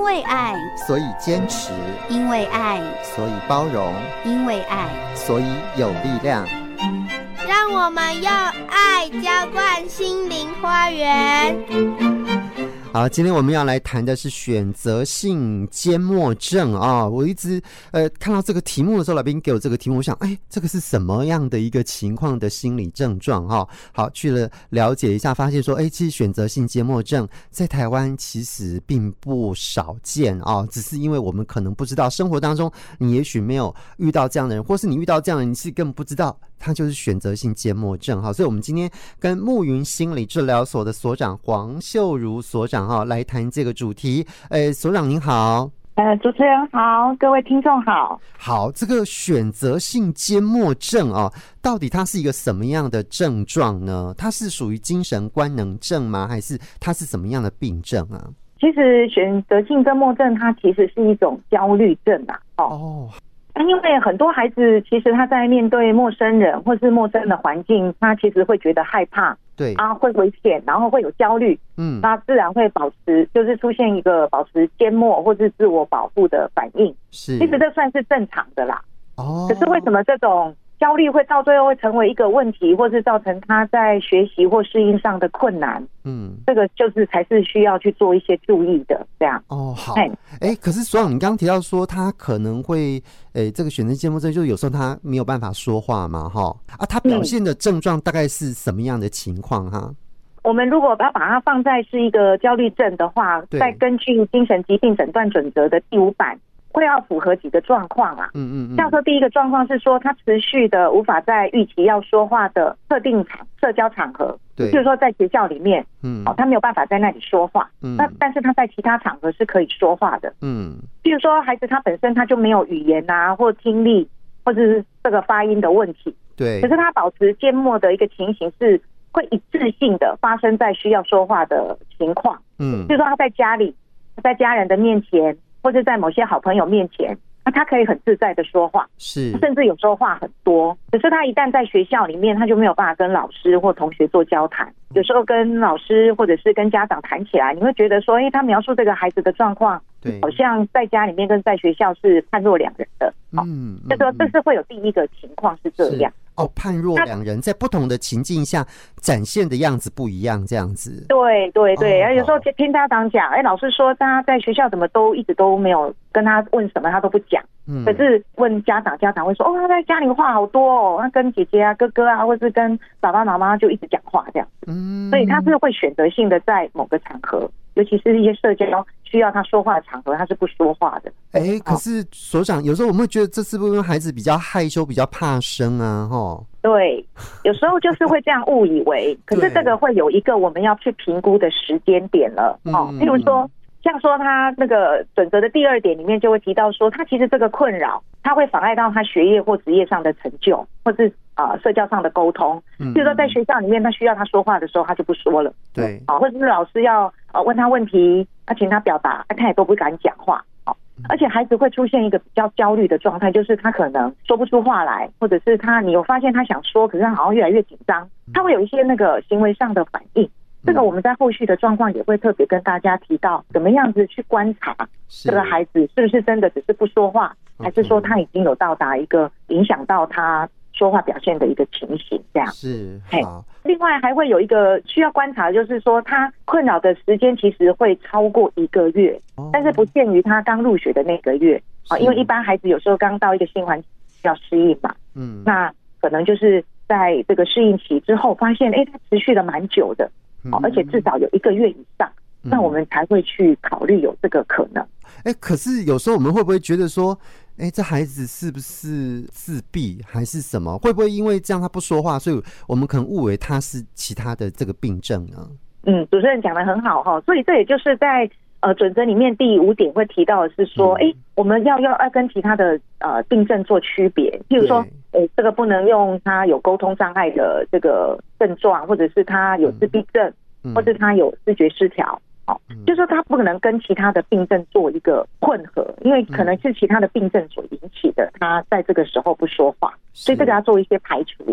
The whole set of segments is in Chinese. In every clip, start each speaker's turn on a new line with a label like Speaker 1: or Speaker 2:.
Speaker 1: 为爱，
Speaker 2: 所以坚持；
Speaker 1: 因为爱，
Speaker 2: 所以包容；
Speaker 1: 因为爱，
Speaker 2: 所以有力量。
Speaker 3: 让我们用爱浇灌心灵花园。
Speaker 2: 好，今天我们要来谈的是选择性缄默症啊！我一直看到这个题目的时候，来宾给我这个题目，我想，这个是什么样的一个情况的心理症状哈？好，去了解一下，发现说，其实选择性缄默症在台湾其实并不少见啊，只是因为我们可能不知道，生活当中你也许没有遇到这样的人，或是你遇到这样的人，你是根本不知道他就是选择性缄默症哈。所以我们今天跟沐云心理治疗所的所长黄秀如所长来谈这个主题。所长您好。
Speaker 4: 主持人好，各位听众好。
Speaker 2: 好，这个选择性缄默症到底它是一个什么样的症状呢？它是属于精神官能症吗？还是它是什么样的病症啊？
Speaker 4: 其实选择性缄默症它其实是一种焦虑症因为很多孩子其实他在面对陌生人或是陌生的环境，他其实会觉得害怕，
Speaker 2: 对
Speaker 4: 会危险，然后会有焦虑，那自然会就是出现一个保持缄默或是自我保护的反应。
Speaker 2: 是，
Speaker 4: 其实这算是正常的啦。可是为什么这种焦虑会到最后会成为一个问题，或是造成他在学习或适应上的困难？这个就是才是需要去做一些注意的，这样。
Speaker 2: 好。可是所长，你刚刚提到说他可能会，这个选择性缄默症，就是有时候他没有办法说话嘛，他表现的症状大概是什么样的情况哈？
Speaker 4: 我们如果要把它放在是一个焦虑症的话，再根据精神疾病诊断准则的第5版。会要符合几个状况啊？像说第一个状况是说，他持续的无法在预期要说话的特定社交场合，比如说在学校里面，他没有办法在那里说话，但是他在其他场合是可以说话的，比如说孩子他本身他就没有语言啊，或听力，或者是这个发音的问题，
Speaker 2: 对，
Speaker 4: 可是他保持缄默的一个情形是会一致性的发生在需要说话的情况，比如说他在家里，在家人的面前。或者在某些好朋友面前，他可以很自在的说话，
Speaker 2: 是，
Speaker 4: 甚至有时候话很多。可是他一旦在学校里面，他就没有办法跟老师或同学做交谈。有时候跟老师或者是跟家长谈起来，你会觉得说，他描述这个孩子的状况，好像在家里面跟在学校是判若两人的。就说这是会有第一个情况是这样。
Speaker 2: 判若两人，在不同的情境下展现的样子不一样，这样子。
Speaker 4: 对对对，有时候听家长讲，老师说他在学校怎么一直都没有跟他问什么，他都不讲。可是问家长，家长会说，他在家里话好多他跟姐姐啊、哥哥啊，或是跟爸爸妈妈就一直讲话这样子。所以他是会选择性的在某个场合，尤其是一些社交需要他说话的场合，他是不说话的。
Speaker 2: 可是所长，有时候我们会觉得这是不是因为孩子比较害羞、比较怕生啊？
Speaker 4: 对，有时候就是会这样误以为，可是这个会有一个我们要去评估的时间点了。譬如说，像说他那个准则的第2点里面就会提到说，他其实这个困扰，他会妨碍到他学业或职业上的成就，或是社交上的沟通。譬如说在学校里面，他需要他说话的时候，他就不说了。
Speaker 2: 对，
Speaker 4: 或者是老师要问他问题，请他表达，他也都不敢讲话。而且孩子会出现一个比较焦虑的状态，就是他可能说不出话来，或者是你有发现他想说，可是他好像越来越紧张，他会有一些那个行为上的反应。这个我们在后续的状况也会特别跟大家提到，怎么样子去观察这个孩子是不是真的只是不说话，还是说他已经有到达一个影响到他说话表现的一个情形，这样
Speaker 2: 是好。
Speaker 4: 另外还会有一个需要观察，就是说他困扰的时间其实会超过1个月，但是不限于他刚入学的那个月，因为一般孩子有时候刚到一个新环境要适应嘛，那可能就是在这个适应期之后发现，他持续了蛮久的，而且至少有1个月以上，那我们才会去考虑有这个可能。
Speaker 2: 可是有时候我们会不会觉得说，这孩子是不是自闭还是什么？会不会因为这样他不说话，所以我们可能误为他是其他的这个病症呢？
Speaker 4: 主持人讲得很好哈，所以这也就是在准则里面第5点会提到的是说，我们要跟其他的病症做区别，譬如说，这个不能用他有沟通障碍的这个症状，或者是他有自闭症，或是他有思觉失调。就是说他不可能跟其他的病症做一个混合，因为可能是其他的病症所引起的，他在这个时候不说话，所以这个要做一些排除。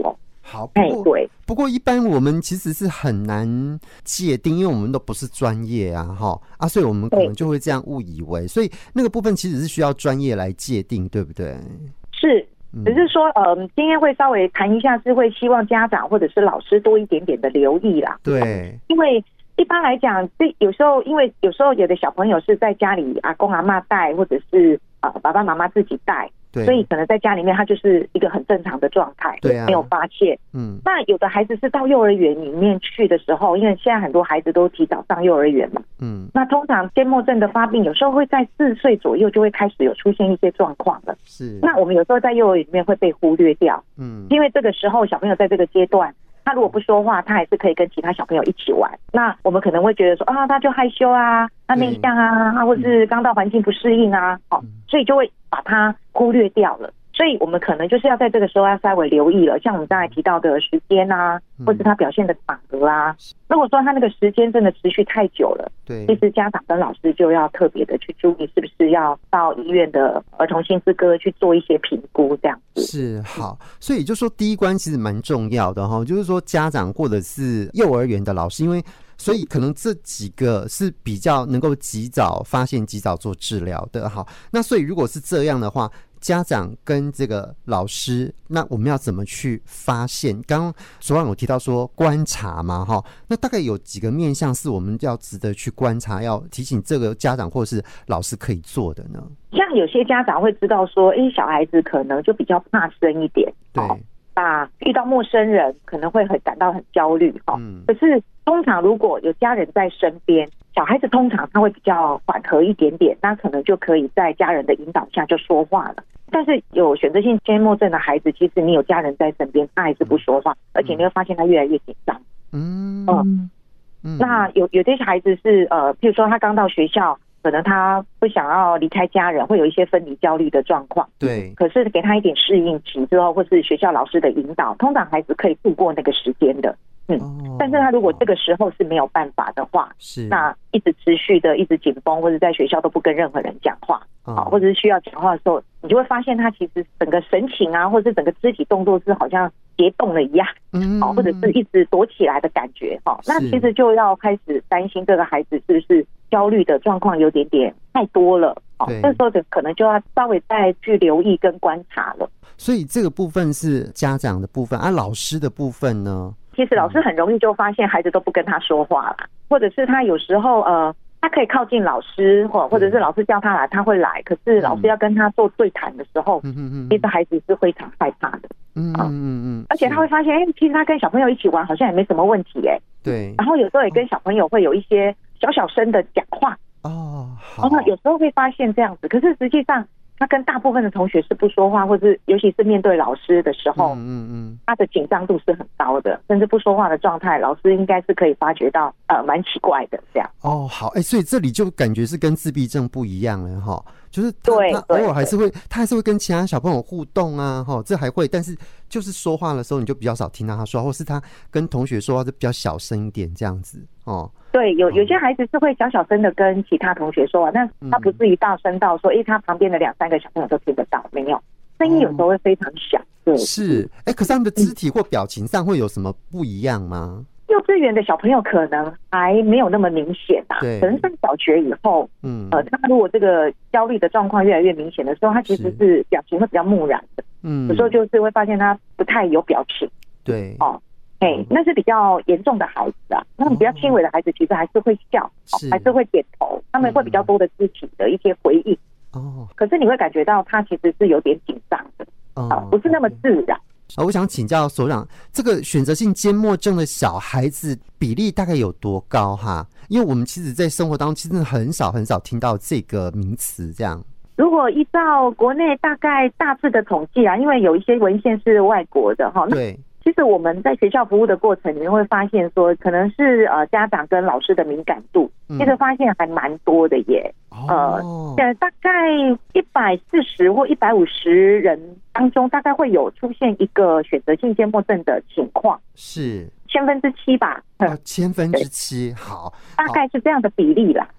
Speaker 2: 好，
Speaker 4: 对。
Speaker 2: 不过一般我们其实是很难界定，因为我们都不是专业啊，所以我们可能就会这样误以为，所以那个部分其实是需要专业来界定，对不对？
Speaker 4: 是。只是说，今天会稍微谈一下，是会希望家长或者是老师多一点点的留意啦。
Speaker 2: 对，
Speaker 4: 因为一般来讲，有时候因为有时候有的小朋友是在家里阿公阿嬷带，或者是爸爸妈妈自己带，所以可能在家里面他就是一个很正常的状态，对啊，没有发现。那有的孩子是到幼儿园里面去的时候，因为现在很多孩子都提早上幼儿园嘛，那通常缄默症的发病有时候会在4岁左右就会开始有出现一些状况了。是，那我们有时候在幼儿园里面会被忽略掉，因为这个时候小朋友在这个阶段，他如果不说话，他还是可以跟其他小朋友一起玩。那我们可能会觉得说他就害羞啊，他内向啊，或是刚到环境不适应啊，所以就会把他忽略掉了。所以我们可能就是要在这个时候要稍微留意了，像我们刚才提到的时间啊，或是他表现的场合啊。如果说他那个时间真的持续太久了，对，其实家长跟老师就要特别的去注意，是不是要到医院的儿童心智科去做一些评估，这样子。
Speaker 2: 是，好，所以就说第一关其实蛮重要的哈，就是说家长或者是幼儿园的老师，因为所以可能这几个是比较能够及早发现、及早做治疗的。好，那所以如果是这样的话，家长跟这个老师，那我们要怎么去发现？刚刚昨晚有提到说观察嘛，那大概有几个面向是我们要值得去观察，要提醒这个家长或是老师可以做的呢？
Speaker 4: 像有些家长会知道说，小孩子可能就比较怕生一点，对，遇到陌生人可能会感到很焦虑，可是通常如果有家人在身边，小孩子通常他会比较缓和一点点，那可能就可以在家人的引导下就说话了。但是有选择性缄默症的孩子，其实你有家人在身边，他还是不说话，而且你会发现他越来越紧张。那有些孩子是譬如说他刚到学校，可能他不想要离开家人，会有一些分离焦虑的状况。对，可是给他一点适应期之后，或是学校老师的引导，通常孩子可以度过那个时间的。但是他如果这个时候是没有办法的话，那一直持续的一直紧绷，或者在学校都不跟任何人讲话，或者是需要讲话的时候，你就会发现他其实整个神情啊，或者是整个肢体动作是好像结冻了一样，或者是一直躲起来的感觉，那其实就要开始担心这个孩子是不是焦虑的状况有点太多了，这时候可能就要稍微再去留意跟观察了。
Speaker 2: 所以这个部分是家长的部分老师的部分呢？
Speaker 4: 其实老师很容易就发现孩子都不跟他说话啦，或者是他有时候他可以靠近老师，或者是老师叫他来他会来，可是老师要跟他做对谈的时候，其实孩子是非常害怕的。而且他会发现其实他跟小朋友一起玩好像也没什么问题对，然后有时候也跟小朋友会有一些小声的讲话好，有时候会发现这样子，可是实际上他跟大部分的同学是不说话，或是尤其是面对老师的时候，他的紧张度是很高的，甚至不说话的状态，老师应该是可以发觉到蛮奇怪的这样。
Speaker 2: 好，所以这里就感觉是跟自闭症不一样了就是他偶尔还是会跟其他小朋友互动啊，这还会，但是就是说话的时候你就比较少听到他说话，或是他跟同学说话就比较小声一点这样子
Speaker 4: 对，有些孩子是会小声的跟其他同学说话，但他不至于大声到说他旁边的2-3个小朋友都听得到，没有，声音有时候会非常小。对，
Speaker 2: 是可是他们的肢体或表情上会有什么不一样吗？
Speaker 4: 幼稚园的小朋友可能还没有那么明显可能上小学以后，他如果这个焦虑的状况越来越明显的时候，他其实是表情会比较木然的，有时候就是会发现他不太有表情。对，那是比较严重的孩子那比较轻微的孩子其实还是会笑，还是会点头，他们会比较多的肢体的一些回应。可是你会感觉到他其实是有点紧张的，不是那么自然。
Speaker 2: 我想请教所长，这个选择性缄默症的小孩子比例大概有多高因为我们其实在生活当中其实很少听到这个名词这样。
Speaker 4: 如果依照国内大概大致的统计因为有一些文献是外国的对。其实我们在学校服务的过程，你会发现说，可能是家长跟老师的敏感度，其实发现还蛮多的耶。大概140或150人当中，大概会有出现一个选择性缄默症的情况，是7%吧？7%，
Speaker 2: 好，
Speaker 4: 大概是这样的比例啦。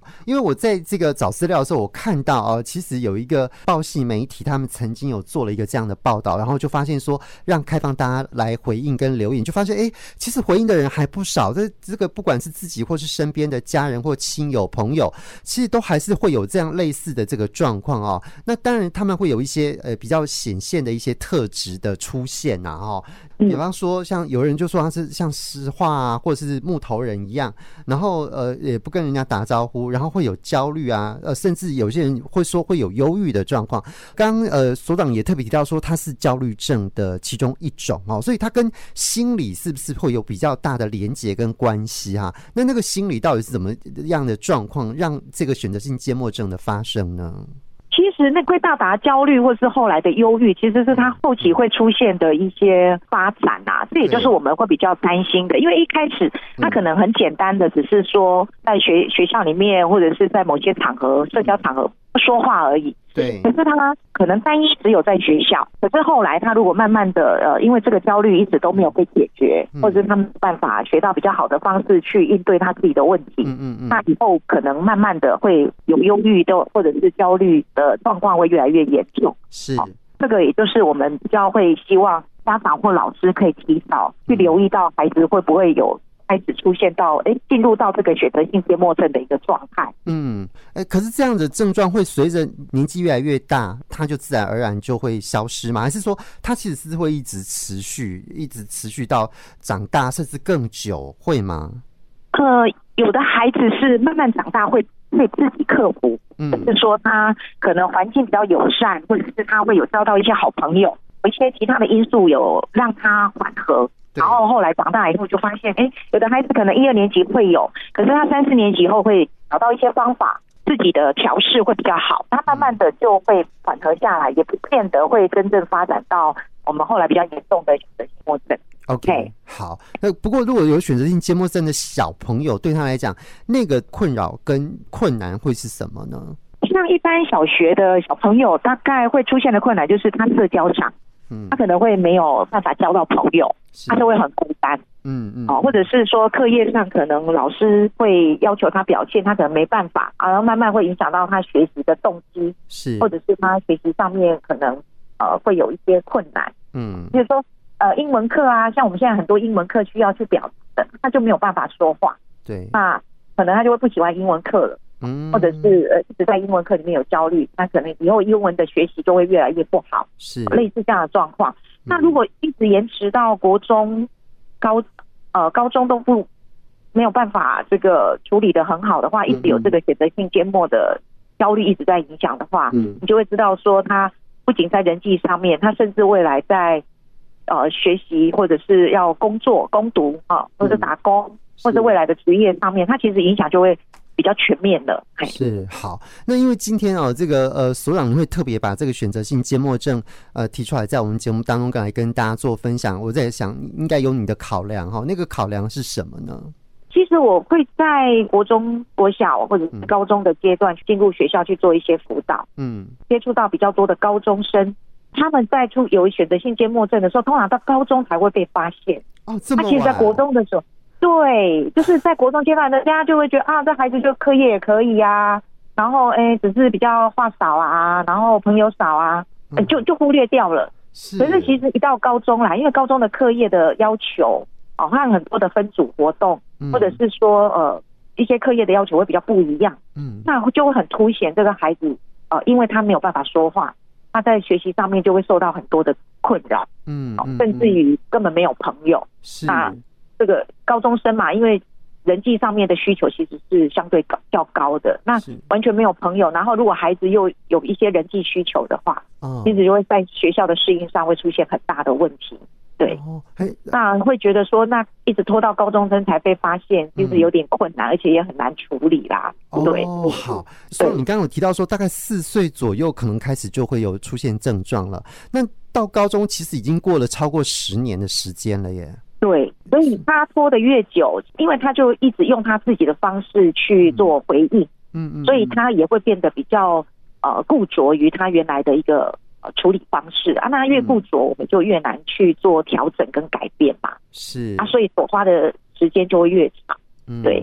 Speaker 2: 因为我在这个找资料的时候，我看到其实有一个报系媒体，他们曾经有做了一个这样的报道，然后就发现说，让开放大家来回应跟留言，就发现其实回应的人还不少。这个不管是自己或是身边的家人或亲友朋友，其实都还是会有这样类似的这个状况哦。那当然他们会有一些比较显现的一些特质的出现啊比方说像有人就说他是像石化啊，或者是木头人一样，然后也不跟人家打招呼，然后会有焦虑啊，甚至有些人会说会有忧郁的状况。刚刚所长也特别提到说他是焦虑症的其中一种所以他跟心理是不是会有比较大的连结跟关系啊？那个心理到底是怎么样的状况让这个选择性缄默症的发生呢？
Speaker 4: 其实那会到达焦虑或是后来的忧郁，其实是他后期会出现的一些发展啊，这也就是我们会比较担心的。因为一开始他可能很简单的只是说在学校里面或者是在某些场合社交场合说话而已，
Speaker 2: 对。
Speaker 4: 可是他可能单一只有在学校，可是后来他如果慢慢的因为这个焦虑一直都没有被解决，或者是他没有办法学到比较好的方式去应对他自己的问题，那以后可能慢慢的会有忧郁的或者是焦虑的状况会越来越严重。
Speaker 2: 是，
Speaker 4: 这个也就是我们比较会希望家长或老师可以提早去留意到孩子会不会有开始出现到进入到这个选择性缄默症的一个状态。
Speaker 2: 可是这样的症状会随着年纪越来越大，它就自然而然就会消失吗？还是说它其实是会一直持续到长大甚至更久，会吗？
Speaker 4: 有的孩子是慢慢长大会自己克服，就是说他可能环境比较友善，或者是他会有交到一些好朋友，有一些其他的因素有让他缓和。然后后来长大以后就发现有的孩子可能1、2年级会有，可是他3、4年级以后会找到一些方法，自己的调试会比较好，他慢慢的就会缓和下来，也不见得会真正发展到我们后来比较严重的选择性缄默症。
Speaker 2: OK， 好。不过如果有选择性缄默症的小朋友，对他来讲，那个困扰跟困难会是什么呢？
Speaker 4: 像一般小学的小朋友，大概会出现的困难就是他社交上，他可能会没有办法交到朋友，他就会很孤单。或者是说课业上可能老师会要求他表现，他可能没办法，然后慢慢会影响到他学习的动机，或者是他学习上面可能会有一些困难。比如说英文课啊，像我们现在很多英文课需要去表达的，他就没有办法说话，
Speaker 2: 对，
Speaker 4: 那可能他就会不喜欢英文课了，或者是一直在英文课里面有焦虑，那可能以后英文的学习就会越来越不好，
Speaker 2: 是
Speaker 4: 类似这样的状况。那如果一直延迟到国中、高中都没有办法这个处理的很好的话，一直有这个选择性缄默的焦虑一直在影响的话，你就会知道说他不仅在人际上面，他甚至未来在学习或者是要工作攻读或者打工或者未来的职业上面，它其实影响就会比较全面了。
Speaker 2: 是，好。那因为今天这个所长你会特别把这个选择性缄默症提出来，在我们节目当中来跟大家做分享。我在想应该有你的考量那个考量是什么呢？
Speaker 4: 其实我会在国中、国小或者是高中的阶段进入学校去做一些辅导，接触到比较多的高中生，他们在有选择性缄默症的时候，通常到高中才会被发现。
Speaker 2: 这么晚？
Speaker 4: 他其实在国中的时候，对，就是在国中阶段，人家就会觉得这孩子就课业也可以啊，然后只是比较话少啊，然后朋友少啊，就忽略掉了。可是其实一到高中啦，因为高中的课业的要求和很多的分组活动，或者是说一些课业的要求会比较不一样，那就会很凸显这个孩子因为他没有办法说话，他在学习上面就会受到很多的困扰，甚至于根本没有朋友。那这个高中生嘛，因为人际上面的需求其实是相对较高的，那完全没有朋友，然后如果孩子又有一些人际需求的话，其实就会在学校的适应上会出现很大的问题。对，那会觉得说，那一直拖到高中生才被发现，其实有点困难，而且也很难处理啦。对，
Speaker 2: 好。所以你刚刚有提到说，大概4岁左右可能开始就会有出现症状了。那到高中其实已经过了超过10年的时间了耶。
Speaker 4: 对，所以他拖得越久，因为他就一直用他自己的方式去做回应，所以他也会变得比较固着于他原来的一个处理方式啊。那越固着，我们就越难去做调整跟改变嘛。
Speaker 2: 是
Speaker 4: 所以所花的时间就会越长。对。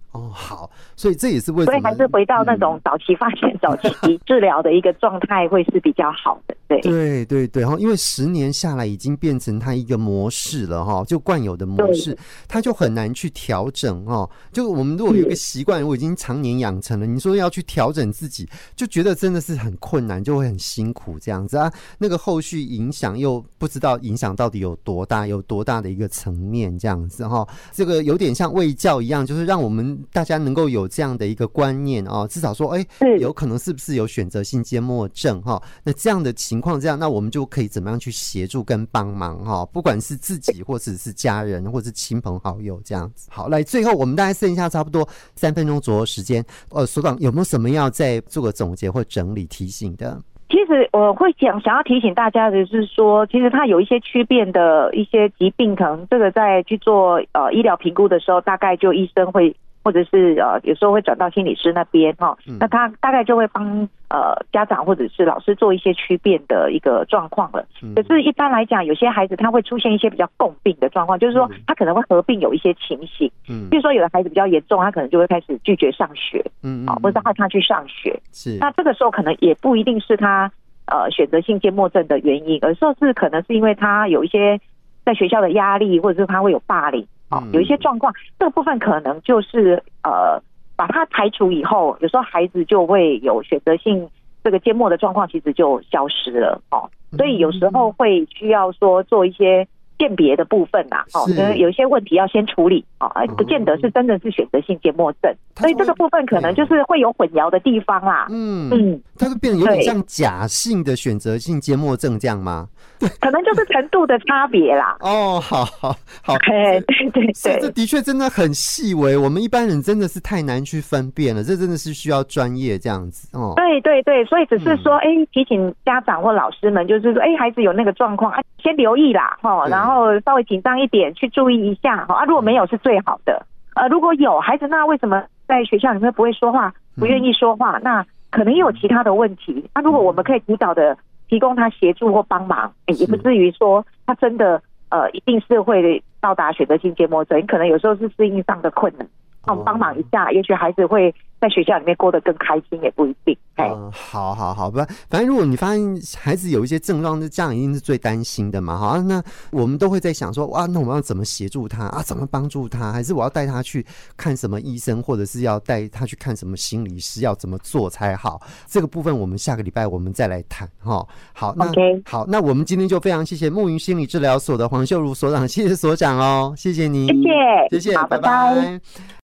Speaker 2: 哦，好，所以这也是为什么，
Speaker 4: 所以还是回到那种早期发现、早期治疗的一个状态会是比较好的。对
Speaker 2: 对对，因为10年下来已经变成它一个模式了哈，就惯有的模式，它就很难去调整哈。就我们如果有一个习惯，我已经常年养成了，你说要去调整自己，就觉得真的是很困难，就会很辛苦这样子啊。那个后续影响又不知道影响到底有多大的一个层面这样子哈。这个有点像卫教一样，就是让我们大家能够有这样的一个观念啊，至少说，有可能是不是有选择性缄默症哈？那这样的情况，那我们就可以怎么样去协助跟帮忙哈？不管是自己或者是家人，或者是亲朋好友这样子。好，来最后我们大概剩下差不多3分钟左右时间，所长有没有什么要再做个总结或整理提醒的？
Speaker 4: 其实我会想要提醒大家的是说，其实它有一些区变的一些疾病，可能这个在去做医疗评估的时候，大概就医生会或者是有时候会转到心理师那边哈，那他大概就会帮家长或者是老师做一些区变的一个状况了。可是一般来讲，有些孩子他会出现一些比较共病的状况，就是说他可能会合并有一些情形，比如说有的孩子比较严重，他可能就会开始拒绝上学，或者害怕去上学。是，那这个时候可能也不一定是他选择性缄默症的原因，而是可能是因为他有一些在学校的压力，或者是他会有霸凌。有一些状况，这个部分可能就是把它排除以后，有时候孩子就会有选择性这个缄默的状况，其实就消失了所以有时候会需要说做一些鉴别的部分啦，有一些问题要先处理不见得是真的是选择性缄默症，所以这个部分可能就是会有混淆的地方啦。
Speaker 2: 它会变得有点像假性的选择性缄默症这样吗？
Speaker 4: 可能就是程度的差别啦。
Speaker 2: 好，
Speaker 4: 对，
Speaker 2: 这的确真的很细微，我们一般人真的是太难去分辨了，这真的是需要专业这样子
Speaker 4: 对，所以只是说提醒家长或老师们，就是说孩子有那个状况先留意啦然后稍微紧张一点去注意一下如果没有是最好的，如果有孩子那为什么在学校里面不会说话，不愿意说话，那可能也有其他的问题，那如果我们可以提早的提供他协助或帮忙，也不至于说他真的一定是会到达选择性缄默症，可能有时候是适应上的困难，帮忙一下，也许孩子会在学校里面过得更开心，也不一定。
Speaker 2: 好，反正如果你发现孩子有一些症状，这样一定是最担心的嘛。好，那我们都会在想说，哇，那我们要怎么协助他怎么帮助他？还是我要带他去看什么医生，或者是要带他去看什么心理师，要怎么做才好？这个部分我们下个礼拜我们再来谈好，那我们今天就非常谢谢沐云心理治疗所的黄秀如所长，谢谢所长谢谢您，
Speaker 4: 谢谢，
Speaker 2: 拜拜。